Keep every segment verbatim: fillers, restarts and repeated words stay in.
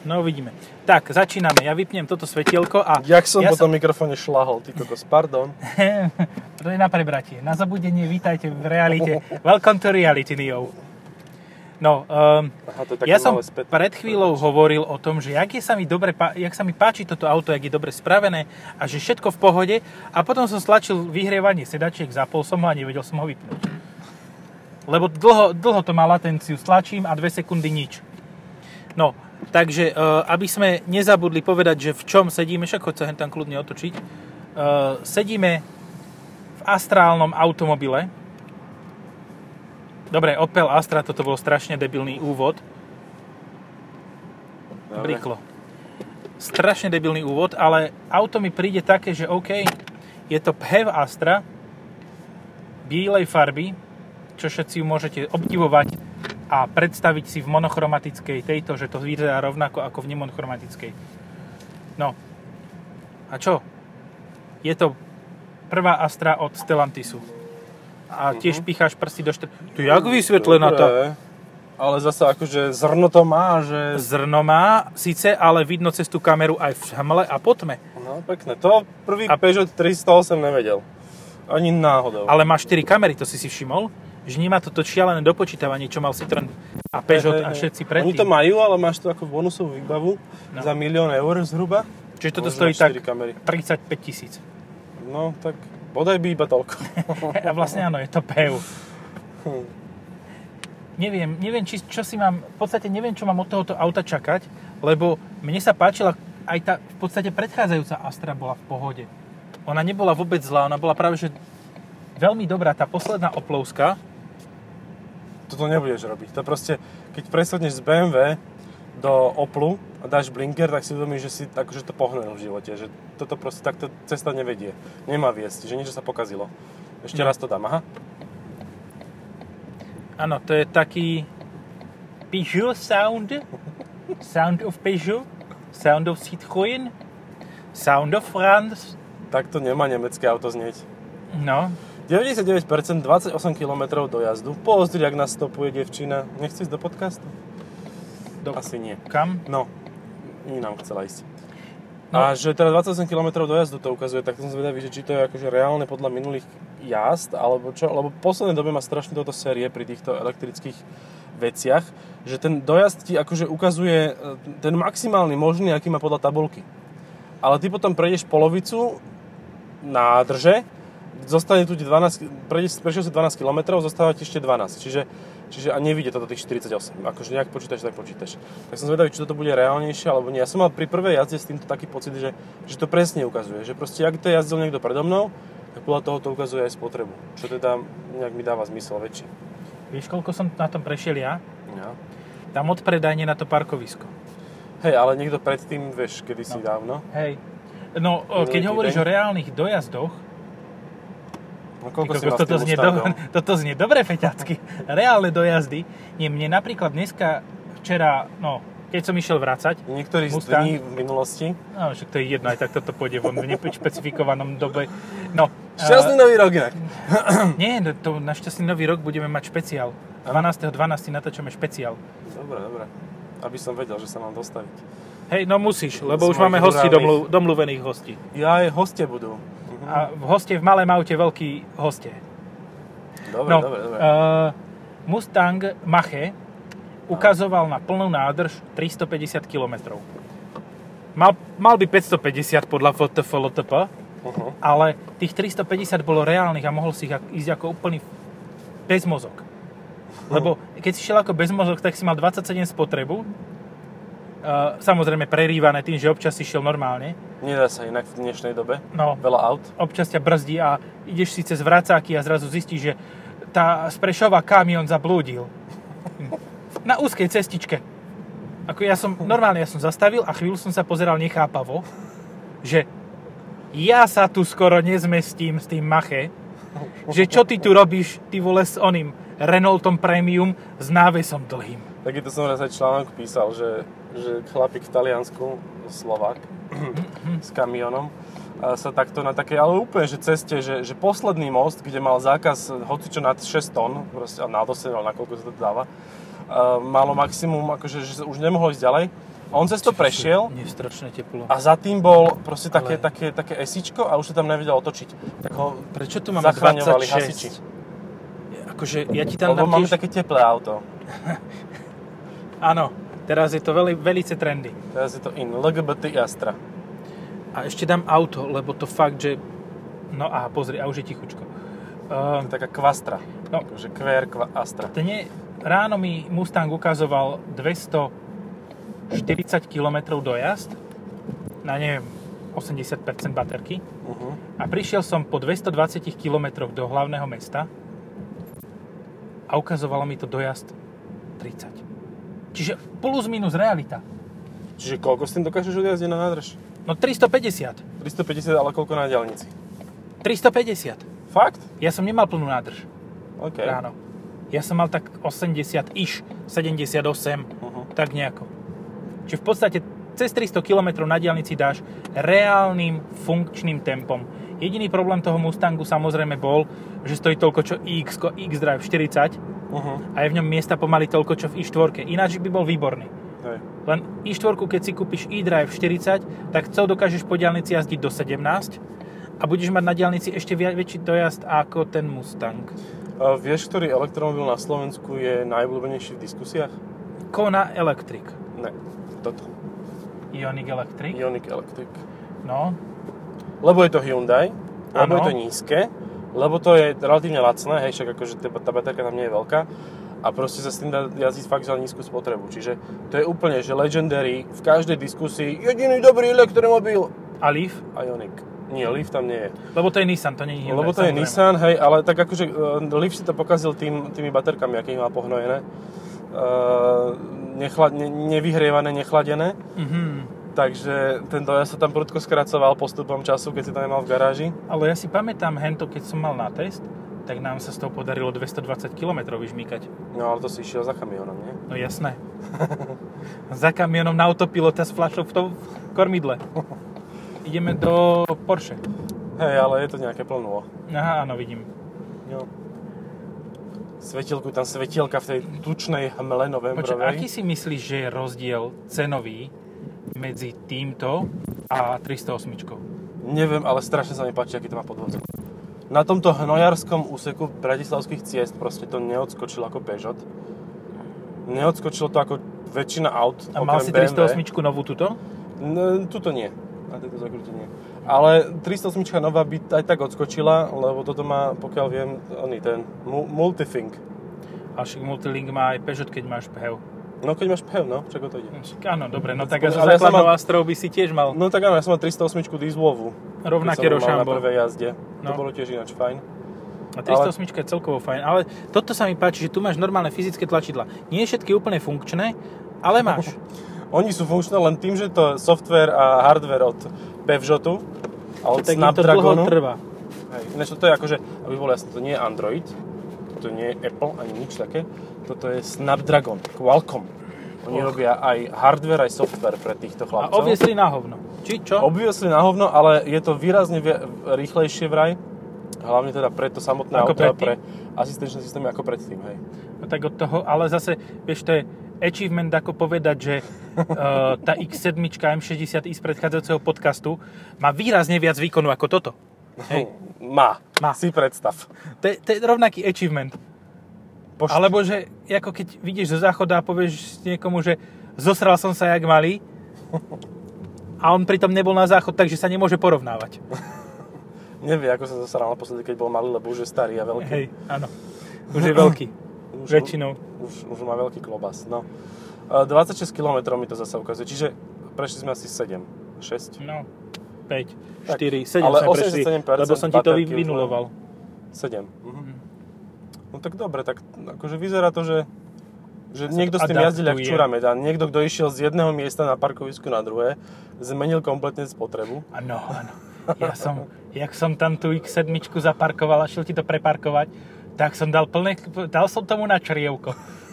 No uvidíme. Tak, začíname. Ja vypnem toto svetielko a... Jak som ja po tom som... mikrofóne šlahol, ty kokos, pardon. To je na prebratie. Na zabudenie, vítajte v realite. Welcome to reality, Neo. No, um, Aha, ja som späť... pred chvíľou hovoril o tom, že jak, je sa mi dobre, jak sa mi páči toto auto, jak je dobre spravené a že všetko v pohode, a potom som stlačil vyhrievanie sedačiek, zapol som ho a nevedel som ho vypnúť. Lebo dlho, dlho to má latenciu, stlačím a dve sekundy nič. No, takže, uh, aby sme nezabudli povedať, že v čom sedíme, však choď sa hen tam kľudne otočiť, uh, sedíme v astrálnom automobile. Dobre, Opel Astra, toto bol strašne debilný úvod. Dobre. Briklo. Strašne debilný úvod, ale auto mi príde také, že OK, je to pé é vé Astra bielej farby, čo všetci ju môžete obdivovať a predstaviť si v monochromatickej tejto, že to vyzerá rovnako ako v nemonochromatickej. No. A čo? Je to prvá Astra od Stellantisu. A tiež uh-huh. picháš prsty do štr... Tu jak vysvetlená tá? Ale zasa akože zrno to má, že... Zrno má, síce, ale vidno cez tú kameru aj v hmle a po tme. No, pekné. To prvý a... Peugeot tristoosemdesiatosem nevedel. Ani náhodou. Ale má štyri kamery, to si si všimol? Že nemá toto šialené dopočítavanie, čo mal Citroën a Peugeot hey, hey, a všetci predtým. Oni to majú, ale máš tu ako bonusovú výbavu no. za milión eur zhruba. Čiže toto stojí tak tridsaťpäť tisíc. No, tak bodaj by iba toľko. A vlastne áno, je to pé é vé. Hm. Neviem, neviem či, čo si mám, v podstate neviem, čo mám od tohoto auta čakať, lebo mne sa páčila aj tá, v podstate predchádzajúca Astra bola v pohode. Ona nebola vôbec zlá, ona bola práve, že veľmi dobrá. Tá posledná Oplovská, toto nebudeš robiť. To proste, keď presadneš z bé em vé do Oplu a dáš blinker, tak si uvedomíš, že si akože to pohnul v živote. Že toto proste takto cesta nevedie. Nemá viesť, že niečo sa pokazilo. Ešte no. raz to dám, aha. Áno, to je taký Peugeot sound. Sound of Peugeot. Sound of Citroën. Sound of France. Takto nemá nemecké auto znieť. No. deväťdesiatdeväť percent, dvadsaťosem kilometrov dojazdu. Pozri, jak nás stopuje devčina. Nechce ísť do podcastu? Do... Asi nie. Kam? No, inám chcela ísť. No. A že teda dvadsaťosem kilometrov dojazdu to ukazuje, tak som zvedavý, že či to je akože reálne podľa minulých jazd, alebo čo, lebo v poslednej dobe má strašne toto série pri týchto elektrických veciach, že ten dojazd ti akože ukazuje ten maximálny možný, aký má podľa tabulky. Ale ty potom prejdeš polovicu nádrže, zostane tu dvanásť, prešiel si dvanásť kilometrov, zostáva ti ešte dvanásť, čiže, čiže a nevidie to do tých štyridsaťosem, akože nejak počítaš, tak počítaš. Tak som zvedavý, či toto bude reálnejšie, alebo nie. Ja som mal pri prvej jazde s týmto taký pocit, že, že to presne ukazuje, že proste, ak to jazdil niekto predo mnou, tak podľa toho to ukazuje aj spotrebu, čo teda nejak mi dáva zmysel väčší. Vieš, koľko som na tom prešiel ja? Ja. Tam od predajne na to parkovisko. Hej, ale niekto predtým, vieš, kedysi no. dávno. Hej. No, keď hovoríš o reálnych dojazdoch, no, koľko si toto, znie do, toto znie dobre, feťacky. Reálne dojazdy. Nie, mne napríklad dneska, včera, no, keď som išiel vracať... Niektorých Mustang, dní v minulosti. No, však to je jedno, aj tak toto pôjde von v nešpecifikovanom dobe. No, šťastný uh, nový rok inak. Nie, to na šťastný nový rok budeme mať špeciál. dvanásteho decembra natáčame špeciál. Dobre, dobre. Aby som vedel, že sa mám dostaviť. Hej, no musíš, lebo už máme hostí, domlu, domluvených hostí. Ja aj hostie budú. A v hoste v malém aute veľký hostie. Dobre, no, dobre, dobre. Uh, Mustang Mach-E ukazoval na plnú nádrž tristopäťdesiat kilometrov. Mal, mal by päťstopäťdesiat podľa ef té ef el té pé, uh-huh. ale tých tristopäťdesiat bolo reálnych a mohol si ísť ako úplný bezmozog. Lebo keď si šiel ako bezmozog, tak si mal dvadsaťsedem spotrebu. Uh, samozrejme prerývané tým, že občas si šiel normálne. Nedá sa inak v dnešnej dobe. No, veľa aut. Občas ťa brzdí a ideš si cez vracáky a zrazu zistíš, že tá z Prešova kamión zablúdil. Na úzkej cestičke. Ako ja som, normálne ja som zastavil a chvíľu som sa pozeral nechápavo, že ja sa tu skoro nezmestím s tým Mach-E, že čo ty tu robíš, ty vole, s oným Renaultom Premium s návesom dlhým. Takýto som raz aj článok písal, že, že chlapík v Taliansku, Slovák, s kamionom, sa takto na takej, ale úplne, že ceste, že, že posledný most, kde mal zákaz hocičo nad šesť tón, proste nad osem, ale nakoľko sa to dáva, malo maximum, akože, že už nemohlo ísť ďalej, On cez to prešiel Nestračné teplo. a za tým bol proste také, Ale... také, také esíčko a už sa tam nevedel otočiť. Tak ho Prečo tu máme zachraňovali dvadsaťšesť? hasiči. Akože ja ti tam Lebo dám máme tiež... také teplé auto. Áno, teraz je to veľmi, velice trendy. Teraz je to in. el gé bé té Astra. A ešte dám auto, lebo to fakt, že... No a pozri, a už je tichučko. Um, Taká kvastra. no, Akože kvér kva, Astra. dne, ráno mi Mustang ukazoval dvestoštyridsať kilometrov dojazd na, neviem, osemdesiat percent baterky. Uh-huh. A prišiel som po dvestodvadsať kilometroch do hlavného mesta a ukazovalo mi to dojazd tridsať. Čiže plus minus realita. Čiže koľko s tým dokážeš odjazdiť na nádrž? No tristopäťdesiat. tristopäťdesiat, ale koľko na diaľnici? tristopäťdesiat. Fakt? Ja som nemal plnú nádrž OK. ráno. Ja som mal tak osemdesiat-ish, sedemdesiatosem, Uh-huh. tak nejako. Čiže v podstate cez tristo kilometrov na diaľnici dáš reálnym funkčným tempom. Jediný problém toho Mustangu samozrejme bol, že stojí toľko čo iX, X-Drive štyridsať Uh-huh. a je v ňom miesta pomaly toľko čo v i štyri. Ináč by bol výborný. Hej. Len i štyri, keď si kúpiš iDrive štyridsať, tak chcel dokážeš po diaľnici jazdiť do sedemnásť a budeš mať na diaľnici ešte väčší dojazd ako ten Mustang. A vieš, ktorý elektromobil na Slovensku je najobľúbenejší v diskusiách? Kona Electric. Ne, toto. Ioniq Electric. Ioniq Electric. No, Lebo je to Hyundai, lebo Áno. je to nízke, lebo to je relatívne lacné, hej, však akože tá baterka tam nie je veľká a proste sa s tým dá jazdiť fakt za nízku spotrebu. Čiže to je úplne, že legendary v každej diskusii jediný dobrý elektromobil. a Leaf? Ioniq. Nie, Leaf tam nie je. Lebo to je Nissan, to nie je Hyundai. Lebo to je samozrejme. Nissan, hej, ale tak akože uh, Leaf si to pokazil tým, tými baterkami, aké má pohnojené. Uh, nechla, ne, nevyhrievané, nechladené. Mhm. Takže ten dojazd sa tam prudko skracoval postupom času, keď si to nemal v garáži. Ale ja si pamätám hento, keď som mal na test, tak nám sa z toho podarilo dvestodvadsať kilometrov vyžmýkať. No ale to si išiel za kamionom, nie? No jasné. Za kamionom na autopilota s fľašou v tom kormidle. Ideme do Porsche. Hej, ale je to nejaké plnulo. Aha, áno, vidím. Jo. Svetielku, tam svetielka v tej tučnej hmle Počkaj, novembrovej. aký si myslíš, že je rozdiel cenový medzi týmto a tristoosemka? Neviem, ale strašne sa mi páči, aký to má podvozok. Na tomto hnojarskom úseku bratislavských ciest proste to neodskočilo ako Peugeot. Neodskočilo to ako väčšina aut, A mal si okrem bé em vé. tristoosemka novú tuto? No, tuto nie. Na tejto zakrute nie. Ale tristoosemka nová by aj tak odskočila, lebo toto má, pokiaľ viem, oný ten mu- Multithink. A však Multilink má aj Peugeot, keď máš pé hé vé. No keď máš pé hé vé, no, čak o to ide. Však áno, dobre, no tak a so Ale ja som základnou mal- Astrou by si tiež mal No tak áno, ja som mal tristoosemka dieselovú. rovnaké keď som mal na rošambo. prvej jazde. To No. bolo tiež ináč fajn. A tristoosemka je celkovo fajn, ale toto sa mi páči, že tu máš normálne fyzické tlačidlá. Nie všetky úplne funkčné, ale máš. Oni sú funkčné len tým, že to software a hardware od Peugeotu a od Tak im to dlho Snapdragonu. trvá. Hej, ináč toto je akože, aby bolo jasné, to nie je Android, to nie je Apple, ani nič také. Toto je Snapdragon, Qualcomm. Oni Och. robia aj hardware, aj software pre týchto A chlapcov. obviesli na hovno. Či čo? Obviesli na hovno, ale je to výrazne vie- rýchlejšie vraj. Hlavne teda pre to samotné Ako auto a predtým? pre asistenčné systémy ako predtým, hej. No tak od toho, ale zase, vieš, to je achievement, ako povedať, že uh, tá iks sedem em šesťdesiat i z predchádzajúceho podcastu má výrazne viac výkonu ako toto. Hej. Má. Má. Si predstav. To je, to je rovnaký achievement. Pošt- Alebo že, ako keď vidíš zo záchoda a povieš niekomu, že zosral som sa jak malý a on pritom nebol na záchod, takže sa nemôže porovnávať. Nevie, ako sa zasaral naposledy, keď bol malý, lebo už je starý a veľký. Hej, áno. Už je veľký. Už, Väčšinou. Už, už má veľký klobás. No. E, dvadsaťšesť kilometrov mi to zase ukazuje, čiže prešli sme asi sedem, šesť. No, päť, Tak, štyri, sedem ale sme prešli, osemdesiatsedem percent lebo som ti to baterky už vynuloval. sedem. Mhm. No tak dobre, tak akože vyzerá to, že, že Sa niekto to s tým jazdil jak adaptuje. čuramed a niekto, kto išiel z jedného miesta na parkovisku na druhé, zmenil kompletne spotrebu. Áno, áno. Ja som, jak som tam tú iks sedem zaparkoval a šiel ti to preparkovať, tak som dal plné, dal som tomu na črievko.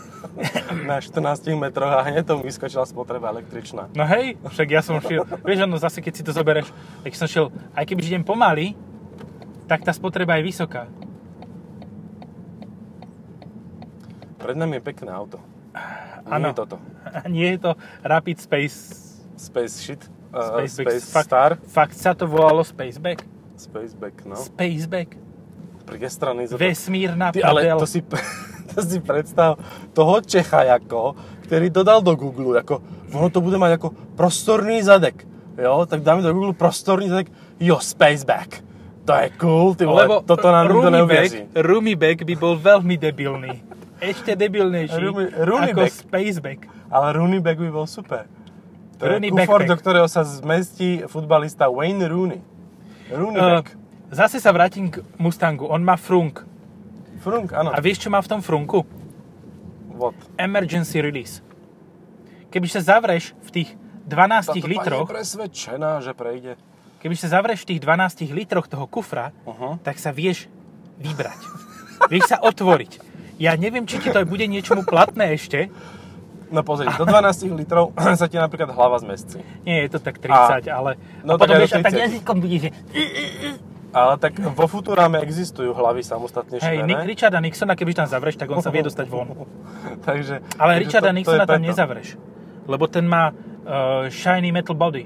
Na štrnástich metroch a hneď tomu vyskočila spotreba električná. No hej, však ja som šiel, vieš, ono zase keď si to zobereš, tak som šiel, aj keby idem pomaly, tak tá spotreba je vysoká. Pred nami je pekné auto. Nie je toto. Nie je to Rapid Space... Space shit. Uh, Spaceback. Space Fakt, Star. Fakt sa to volalo Spaceback? Spaceback, no. Spaceback. Priestraný. Vesmírna Ty, ale prdel. to si, to si predstav toho Čecha, ako, ktorý dodal do Google, ako, ono to bude mať ako prostorný zadek. Jo, tak dáme do Google prostorný zadek. Jo, Spaceback. To je cool, ty vole, Lebo toto nám nikto neuvěří. Rumiback by bol veľmi debilný. Ešte debilnejší Rumi, Rumi ako back. Spaceback. Ale Rooneyback by bol super. To Rooney je kufor, backpack. do ktorého sa zmestí futbalista Wayne Rooney. Rooneyback. Uh, Zase sa vrátim k Mustangu. On má frunk. Frunk, áno. A vieš, čo má v tom frunku? What? Emergency release. Keby sa zavreš v tých dvanástich Táto litroch... pani je presvedčená, že prejde. Keby sa zavreš v tých dvanástich litroch toho kufra, uh-huh. tak sa vieš vybrať. Vieš sa otvoriť. Ja neviem, či ti to bude niečomu platné ešte. No pozri, do dvanásť litrov sa ti napríklad hlava zmestí. Nie, je to tak tridsať, a, ale... No a potom tak vieš, a tak jazykom budeš, že... Ale tak vo Futurame existujú hlavy samostatne Hej, švené. Richarda Nixona, keby tam zavreš, tak on sa vie dostať von. Takže, ale takže Richarda to, Nixona to tam nezavreš. Lebo ten má uh, shiny metal body.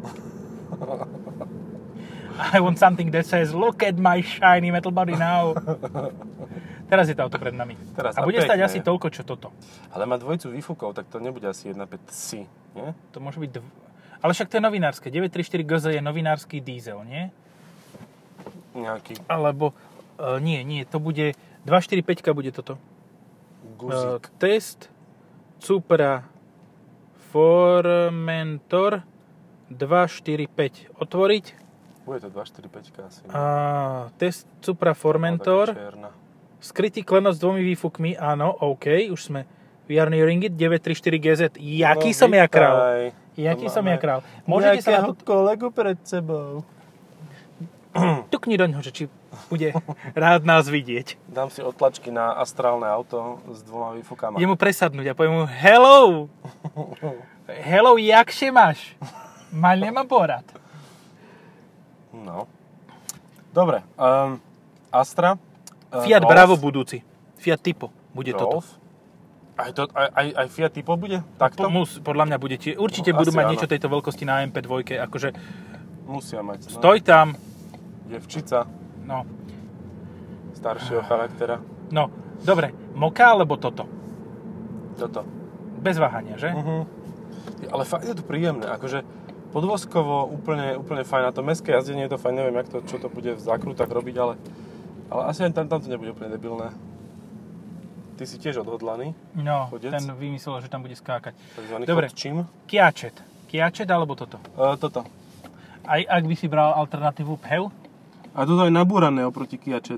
I want something that says, look at my shiny metal body now. Teraz je to auto pred nami. Teraz, a bude pekne. stať asi toľko, čo toto. Ale má dvojicu výfukov, tak to nebude asi jedna päť C, nie? To môže byť... Dv... Ale však to je novinárske. deväť tri štyri G Z je novinársky diesel, nie? Nejaký. Alebo... Uh, nie, nie, to bude... dva štyri päť bude toto. Uh, Guzik. test Cupra Formentor dva štyri päť. Otvoriť. Bude to dva štyri päť asi. Uh, test Cupra Formentor. Skrytý klenot s dvomi výfukmi, áno, OK, už sme we are nearing it, deväť tri štyri G Z. Jaký no, som ja král? Jaký som ja král? Môžete sa na to... kolegu pred sebou. Tukni do ňoho, že či bude rád nás vidieť. Dám si otlačky na astrálne auto s dvoma výfukami. Idem mu presadnúť a poviem mu, hello! Hello, jakže máš? Mal nemám porad. No. Dobre. Um, Astra. Fiat Golf. Bravo budúci. Fiat Tipo bude Golf. Toto. Aj, to, aj, aj, aj Fiat Tipo bude? Takto? Mus, podľa mňa budete. Určite no, budú mať áno. niečo tejto veľkosti na em pé dva. Akože musia mať. No. Stoj tam. Devčica. No. Staršieho charaktera. No, dobre. Moka alebo toto? Toto. Bez váhania, že? Uh-huh. Ale fakt je to príjemné. Akože podvozkovo úplne, úplne fajn. Na to mestské jazdenie je to fajn. Neviem, jak to, čo to bude v zákrutách robiť, ale Ale asi tam, tam to nebude úplne debilné. Ty si tiež odhodlaný. No, chodec. Ten vymyslel, že tam bude skákať. Takzvaný dobre, chodčím. Kiačet. Kiačet alebo toto? Uh, toto. Aj ak by si bral alternatívu pé hé vé? A toto je nabúrané oproti Kiačet.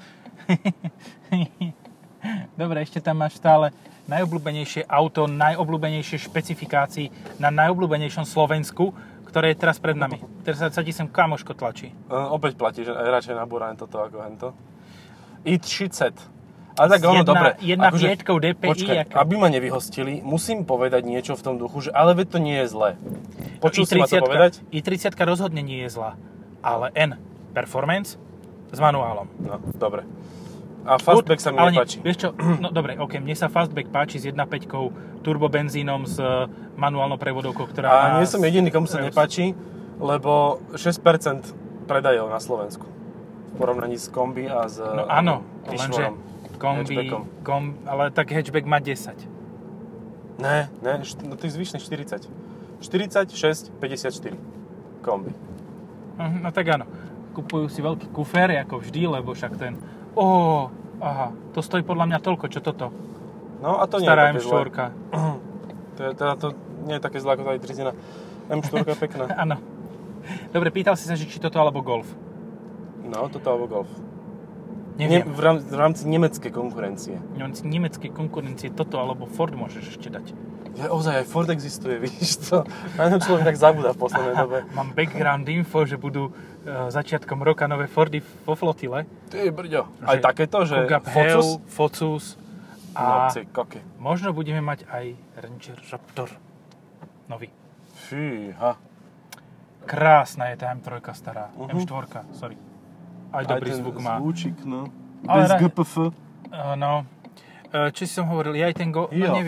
Dobre, ešte tam máš stále najobľúbenejšie auto, najobľúbenejšie špecifikácií na najobľúbenejšom Slovensku, ktoré je teraz pred nami. Teraz sa ti sem kamoško tlačí. Uh, opäť platí, že radšej nabúrané toto ako hento. i tridsať. A tak ono, dobre. Jedna pietkou dé pé í. Počkaj, ako... aby ma nevyhostili, musím povedať niečo v tom duchu, že ale veď to nie je zlé. Počul si ma to povedať? i tridsať rozhodne nie je zlá. Ale N Performance s manuálom. No, dobre. A Fastback sa mi ale nepáči. Nie, vieš čo, no dobre, ok, mne sa Fastback páči s jedna päť turbobenzínom s manuálnou prevodovkou, ktorá A nie som jediný, komu sa nepáči, lebo šesť percent predajov na Slovensku. V porovnaní s kombi a s No áno, lenže kombi, kombi, ale tak hatchback má desať. Ne, ne, no tých zvyšných štyridsať. štyridsaťšesť päťdesiatštyri kombi. No tak áno, kupujú si veľký kufér, ako vždy, lebo však ten... Ó, aha, to stojí podľa mňa toľko, čo toto. No a to nie Stará je také em štyri. To, je, teda to nie je také zlé ako tá i tridsať. em štyri je pekná. Áno. Dobre, pýtal si sa, či toto alebo Golf. No, toto alebo Golf. Neviem. Ne, v, rámci, v rámci nemeckej konkurencie. V rámci nemeckej konkurencie toto alebo Ford môžeš ešte dať. Ja, ozaj, aj Ford existuje, vidíš to? Na ňom človek tak zabúda v poslednej dobe. Mám background info, že budú uh, začiatkom roka nové Fordy vo flotile. Ty brďo. Aj takéto, že Kuga, Focus? Heu, Focus a no, koke. možno budeme mať aj Ranger Raptor nový. Fíha. Krásna je tá em tri stará. Uh-huh. em štyri, sorry. Aj dobrý aj ten zvuk má. Zvúčik, no. Ale Bez ra- gé pé ef. Uh, no. Uh, čo si som hovoril, ja aj ten go... No neviem.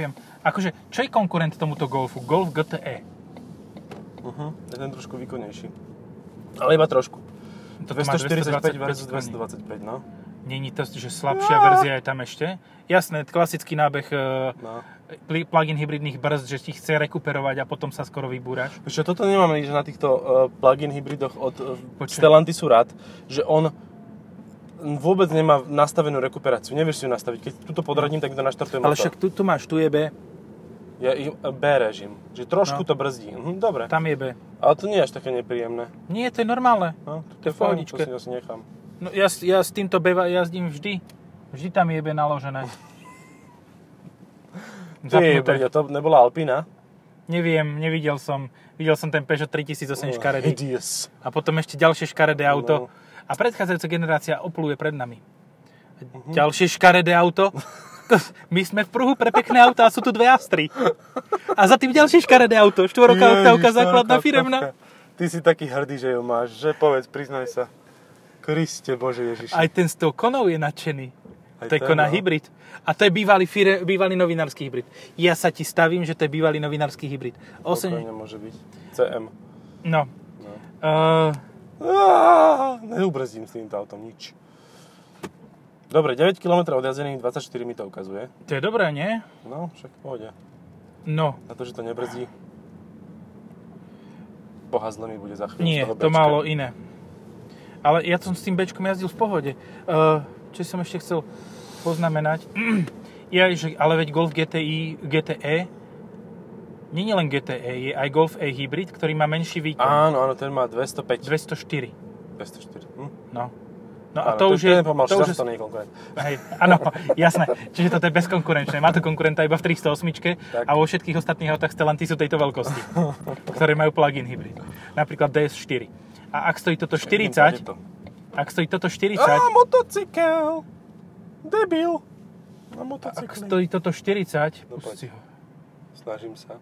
Akože, čo je konkurent tomuto Golfu? Golf gé té é. Uh-huh. Je ten trošku výkonnejší. Ale iba trošku. Toto dvestoštyridsaťpäť versus dvestodvadsaťpäť, no. Není to, že slabšia verzia je tam ešte? Jasné, klasický nábeh no. plug-in hybridných brzd, že ti chce rekuperovať a potom sa skoro vybúraš. Ešte toto nemáme nič na týchto uh, plug-in hybridoch od uh, Stellantisu rád, že on vôbec nemá nastavenú rekuperáciu. Nevieš si ju nastaviť. Keď tuto podradím, tak to naštartuje motor. Ale však tu, tu máš, tu je B. Je B režim. Že trošku no. to brzdí. Mhm, dobre. Tam je B. Ale to nie je až také nepríjemné. Nie, to je normálne. No, to je v pohodičke. To si nechám. No ja, ja s týmto B jazdím vždy. Vždy tam je B naložené. Ty, to nebola Alpina? Neviem, nevidel som. Videl som ten Peugeot tritisícosem oh, škaredý. Hideous. A potom ešte ďalšie škaredé auto. No. A predchádzajúca generácia Opelu je pred nami. Uh-huh. Ďalšie škaredé auto. My sme v pruhu pre pekné auta a sú tu dve Astry. A za tým ďalšie škaredé auto. Štvoroká oktávka základná firemná. Ty si taký hrdý, že ju máš. Že povedz, priznaj sa. Kriste Bože Ježiši. Aj ten s tou konou je nadšený. Aj to je Kona no. hybrid. A to je bývalý, fire, bývalý novinársky hybrid. Ja sa ti stavím, že to je bývalý novinársky hybrid. osem... To nemôže byť. C M. No. no. Uh... Ah, neubrzdím s týmto autom nič. Dobre, deväť kilometrov odjazdených, dvadsaťštyri mi to ukazuje. To je dobré, nie? No, však v pohode. No. Na to, že to nebrzdí, boha zle mi bude za chvíľu. Nie, to málo iné. Ale ja som s tým Bčkom jazdil v pohode. Uh, čo som ešte chcel poznamenať? Ja, že, ale veď Golf gé té í, gé té é, nie je len gé té é, je aj Golf E hybrid, ktorý má menší výkon. Áno, áno, ten má dvestopäť. dvestoštyri. dvestoštyri. Hm? No. No a áno, to, to už je... Nepomal, to už to nie je konkurent. Hej, áno, jasné. Čiže toto je bezkonkurenčné. Má to konkurenta iba v tristoosemke a vo všetkých ostatných autách Stellantisu tejto veľkosti, ktoré majú plug-in hybrid. Napríklad dé es štyri. A ak stojí toto štyridsať, ak stojí toto štyridsať... Á, motocykel! Debil! Na motocykli. Ak stojí toto štyridsať... No, pusti ho. Snažím sa.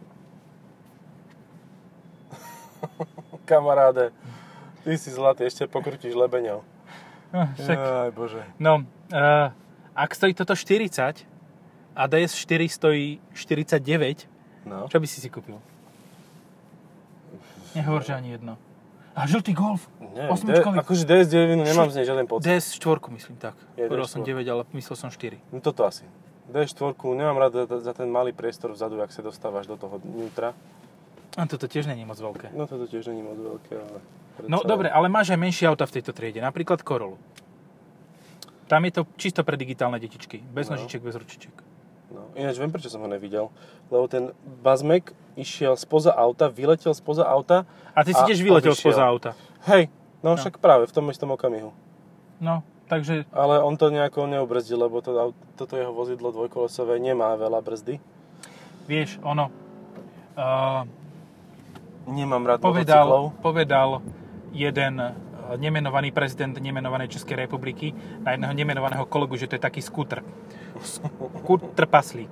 Kamaráde, ty si zlatý, ešte pokrutíš lebeňou. No, však... Aj bože. No, uh, ak stojí toto štyridsať a dé es štyri stojí štyridsaťdeväť, no. Čo by si si kúpil? Nehovor, že ani jedno. A žltý Golf. Nie, osmičkový. Akože dé es deväť nemám z nej žiaden pocit. dé es štyri myslím tak. Povedal som deväť, ale myslel som štyri. No toto asi. dé es štyri nemám rád za ten malý priestor vzadu, ak sa dostávaš do toho vnútra. A toto tiež není moc veľké. No toto tiež není moc veľké, ale... No dobre, ale máš aj menšie auta v tejto triede. Napríklad Corollu. Tam je to čisto pre digitálne detičky. Bez no. nožičiek, bez ručičiek. No, ináč viem, prečo som ho nevidel. Lebo ten Bazmek išiel spoza auta, vyletel spoza auta. A ty si tiež vyletel odišiel. spoza auta. Hej, no, no však práve v tom istom okamihu. No, takže... Ale on to nejako neubrzdil, lebo to, toto jeho vozidlo dvojkolesové nemá veľa brzdy. Vieš, ono... Uh, Nemám rád povedal, motocyklov. Povedal jeden nemenovaný prezident nemenovanej Českej republiky na jedného nemenovaného kolegu, že to je taký skútr. Skútr paslík.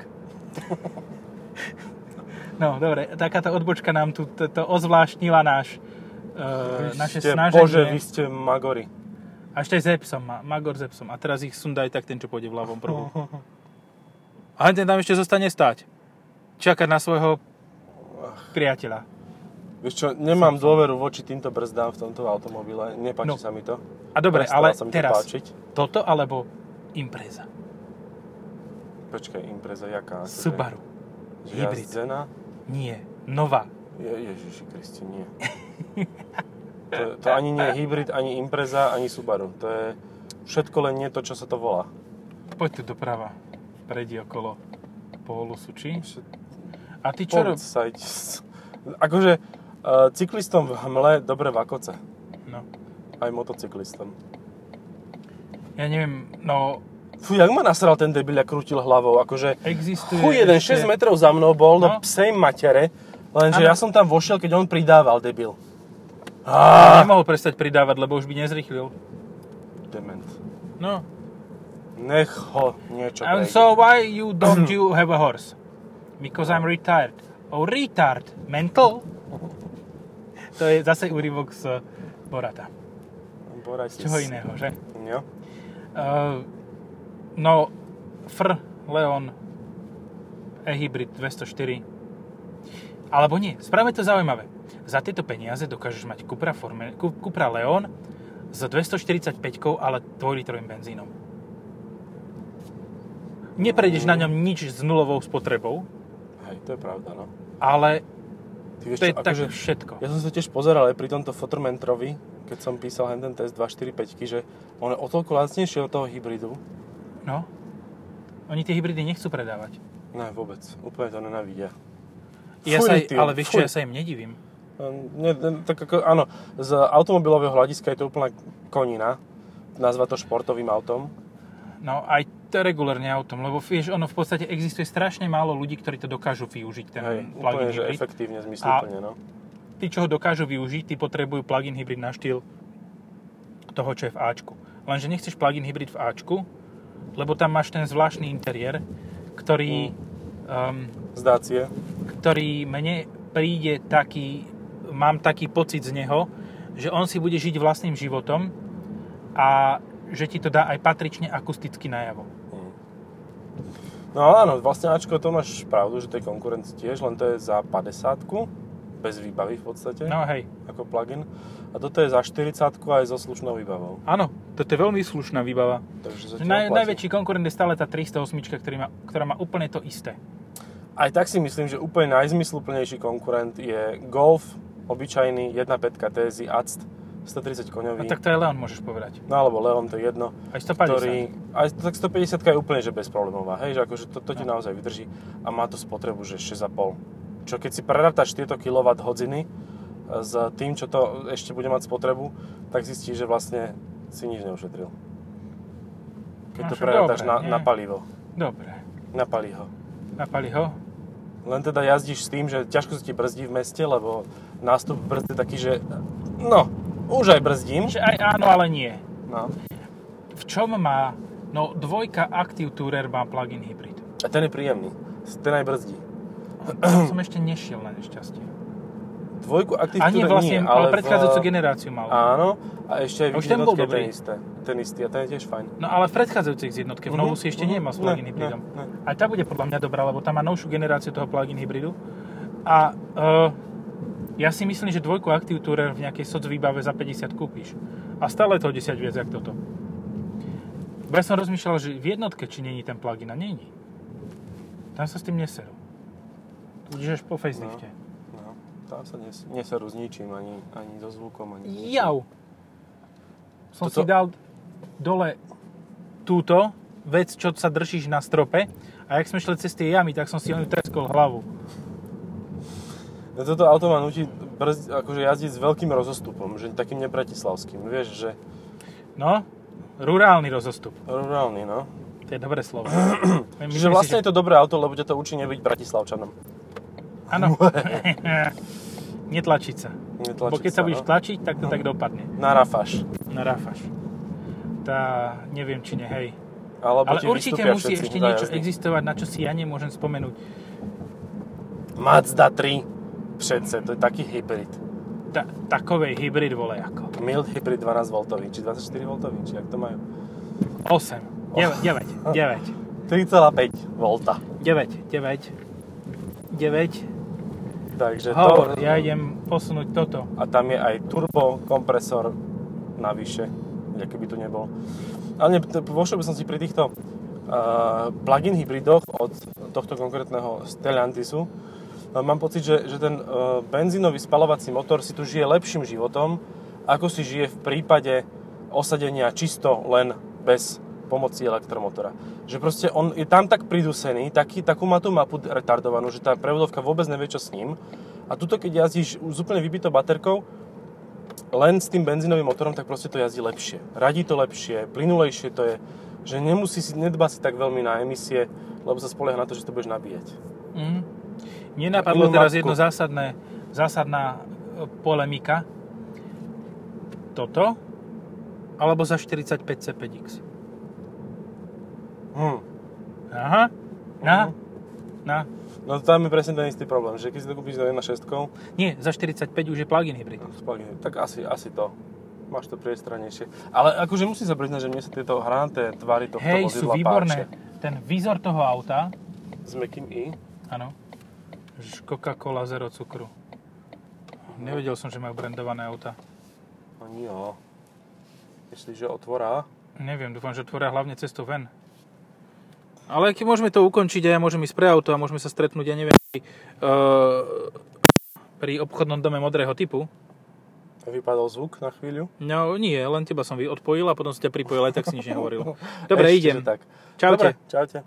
No, dobre, takáto odbočka nám tu to, to ozvláštnila náš, uh, naše ste, snaženie. Bože, vy ste magori. A ešte aj s Epsom, Magor s Epsom. A teraz ich sundá aj tak ten, čo pôjde v ľavom pruhu. A ten tam ešte zostane stáť. Čakať na svojho priateľa. Vieš čo, nemám dôveru voči týmto brzdám v tomto automobile. Nepáči no. sa mi to. A dobre, ale teraz, to toto alebo Impreza? Počkaj, Impreza jaká? Subaru. Hybrid. Jazdená? Nie, nová. Je, Ježiši Kristi, nie. to, to ani nie je hybrid, ani Impreza, ani Subaru. To je všetko len nie to, čo sa to volá. Poď tu doprava. Prejdi okolo Polusu, či? A ty čo robíš? Akože uh, cyklistom v hmle dobre v akoce. No. Aj motocyklistom. Ja neviem, no... Fú, jak ma nasral ten debil, jak krútil hlavou. Akože... Existuje Fú, jeden ešte... šesť metrov za mnou bol no. do psej matere, lenže ano. Ja som tam vošiel, keď on pridával, debil. Ah. Nemohol prestať pridávať, lebo už by nezrýchlil. Dement. No. Nech ho niečo And prejde. so why you don't you have a horse? Because I'm retired. Oh, retard. Mental? To je zase úryvok z Borata. Boratis. Z čoho iného, že? Jo. Uh, no, Fr. Leon e-hybrid dvestoštyri. Alebo nie, spravme to zaujímavé. Za tieto peniaze dokážeš mať Cupra, Forme, Cupra Leon s dvestoštyridsaťpäť, ale dvojlitrovým benzínom. Neprejdeš mm. na ňom nič s nulovou spotrebou. Hej, to je pravda, no. Ale Ty vieš to je čo, tak akože, všetko. Ja som sa tiež pozeral aj pri tomto Fotomentrovi, keď som písal hen ten test dva štyri päť, že on je o toľko lacnejšie od toho hybridu. No. Oni tie hybridy nechcú predávať. Ne, vôbec. Úplne to nenávidia. Ja Fuj, sa, ty, ale vieš fuj. čo, ja sa im nedivím. Nie, tak ako, áno, z automobilového hľadiska je to úplná konina, nazva to športovým autom. No, aj to regulárne autom, lebo vieš, ono v podstate existuje strašne málo ľudí, ktorí to dokážu využiť, ten Hej, plug-in úplne, že hybrid. efektívne, zmysluplne, no. Tí, čo ho dokážu využiť, tí potrebujú plug-in hybrid na štýl toho, čo je v Ačku. Lenže nechceš plug-in hybrid v Ačku, lebo tam máš ten zvláštny interiér, ktorý... Hmm. Um, Zdácie. Ktorý mne príde taký... Mám taký pocit z neho, že on si bude žiť vlastným životom a že ti to dá aj patrične akusticky najavo. Hmm. No áno, vlastne Ačko, to máš pravdu, že to je konkurenci tiež, len to je za päťdesiatku, bez výbavy v podstate. No hej. Ako plug-in. A toto je za štyridsiatku aj so slušnou výbavou. Áno, toto je veľmi slušná výbava. Takže Naj, najväčší konkurent je stále tá tristoosemka, ktorý má, ktorá má úplne to isté. Aj tak si myslím, že úplne najzmysluplnejší konkurent je Golf, obyčajný jedna päť té es i á cé té, stotridsať koňový. No tak to je Leon, môžeš povedať. No alebo Leon, to je jedno. Aj stopäťdesiat. Ktorý, aj tak stopäťdesiat je úplne že bezproblémová, hej, že akože to, to ti no. naozaj vydrží a má to spotrebu, že šesť a pol. Čo keď si prerátaš tieto kilowatthodiny s tým, čo to ešte bude mať spotrebu, tak zistíš, že vlastne si nič neušetril. Keď no, to prerátaš dobre, na, na palivo. Dobre. Napali ho. Napali ho? Len teda jazdíš s tým, že ťažko sa ti brzdí v meste, lebo nástup brzdy je taký, že no, už aj brzdím. Že aj áno, ale nie. No. V čom má, no dvojka Active Tourer má plug-in hybrid. A ten je príjemný. Ten aj brzdí. Tam som ešte nešiel na nešťastie. Dvojku Active a nie, Tourer vlastne, nie, ale ale predchádzajúcu v... generáciu mal. Áno, a ešte aj v jednotke ten isté. Ten istý a ten je tiež fajn. No ale v predchádzajúcich z jednotke, v novú si ešte uh-huh. nemal s plug-in hybridom. Ne, ne. Aj tá bude podľa mňa dobrá, lebo tam má novšiu generáciu toho plug-in hybridu. A uh, ja si myslím, že dvojku Active Tourer v nejakej soc výbave za päťdesiat kúpiš. A stále je to desať viac, jak toto. Bo ja som rozmýšľal, že v jednotke, či není ten plug-in, a není. Tam sa s tým neserú. Budeš až po facelifte. No, no. Tam sa nes, neserú s ničím, ani, ani so zvukom, ani ničím. Jau! Som Toto... si dal dole túto vec, čo sa držíš na strope a jak sme šli cez tie jamy, tak som si on treskol hlavu. No, toto auto ma nutí brzd, akože jazdiť s veľkým rozostupom, že takým nebratislavským, vieš, že... No, rurálny rozostup. Rurálny, no. To je dobré slovo. Čiže vlastne si, že... je to dobré auto, lebo ťa to učí nebyť bratislavčanom. Áno. Netlačiť sa. Netlačiť Bo keď sa, sa budeš no? tlačiť, tak to no. tak dopadne. Naráfaš. Naráfaš. Tá, neviem, či ne, hej. Alebo ale určite musí ešte niečo jazdy. existovať, na čo si ja nemôžem spomenúť. Mazda tri. Všetce, to je taký hybrid. Ta, takovej hybrid, vole, ako. Mild hybrid dvanásť voltový, či dvadsaťštyri voltový, či jak to majú? osem. deväť. deväť. tri celá päť volta. deväť. deväť. deväť. Takže Hovor, to... ja idem posunúť toto. A tam je aj turbo kompresor navyše, keby tu nebol. Ale ne, vo všeobecnosti pri týchto uh, plug-in hybridoch od tohto konkrétneho Stellantisu uh, mám pocit, že, že ten uh, benzínový spaľovací motor si tu žije lepším životom, ako si žije v prípade osadenia čisto len bez pomoci elektromotora. Že proste on je tam tak pridusený, taký, takú má tú mapu retardovanú, že tá prevodovka vôbec nevie, čo s ním. A tuto, keď jazdíš s úplne vybitou baterkou, len s tým benzínovým motorom, tak proste to jazdí lepšie. Radí to lepšie, plynulejšie to je, že nemusí si, nedbá si tak veľmi na emisie, lebo sa spolieha na to, že to budeš nabíjať. Mm. Mne napadlo teraz matku. jedno zásadné, zásadná polemika. Toto, alebo za štyridsaťpäť cé päť iks. Hmm. Aha. Na. Uh-huh. Na. No tam je presne ten istý problém, že keď si to kúpiš za jedna šesť. Nie, za štyridsaťpäť už je plug-in hybrid. No, plug-in, tak asi, asi to. Máš to priestranejšie. Ale akože musím sa priznať, že mne sa tieto hrané tvary tohto Hej, vozidla sú výborné. páčia. Ten výzor toho auta s mäkkým i. Áno. Coca-Cola zero cukru. Nevedel som, že majú brandované auta. Ani jo. Myslíš, že otvorá? Neviem, dúfam, že otvoria hlavne cestu ven. Ale keď môžeme to ukončiť a ja môžem ísť pre auto a môžeme sa stretnúť, ja neviem, pri, uh, pri obchodnom dome modrého typu. Vypadol zvuk na chvíľu? No nie, len teba som odpojil a potom som ťa pripojil, aj tak si nič nehovoril. Dobre, Ešte, idem. Tak. Čaute. Dobre, čaute.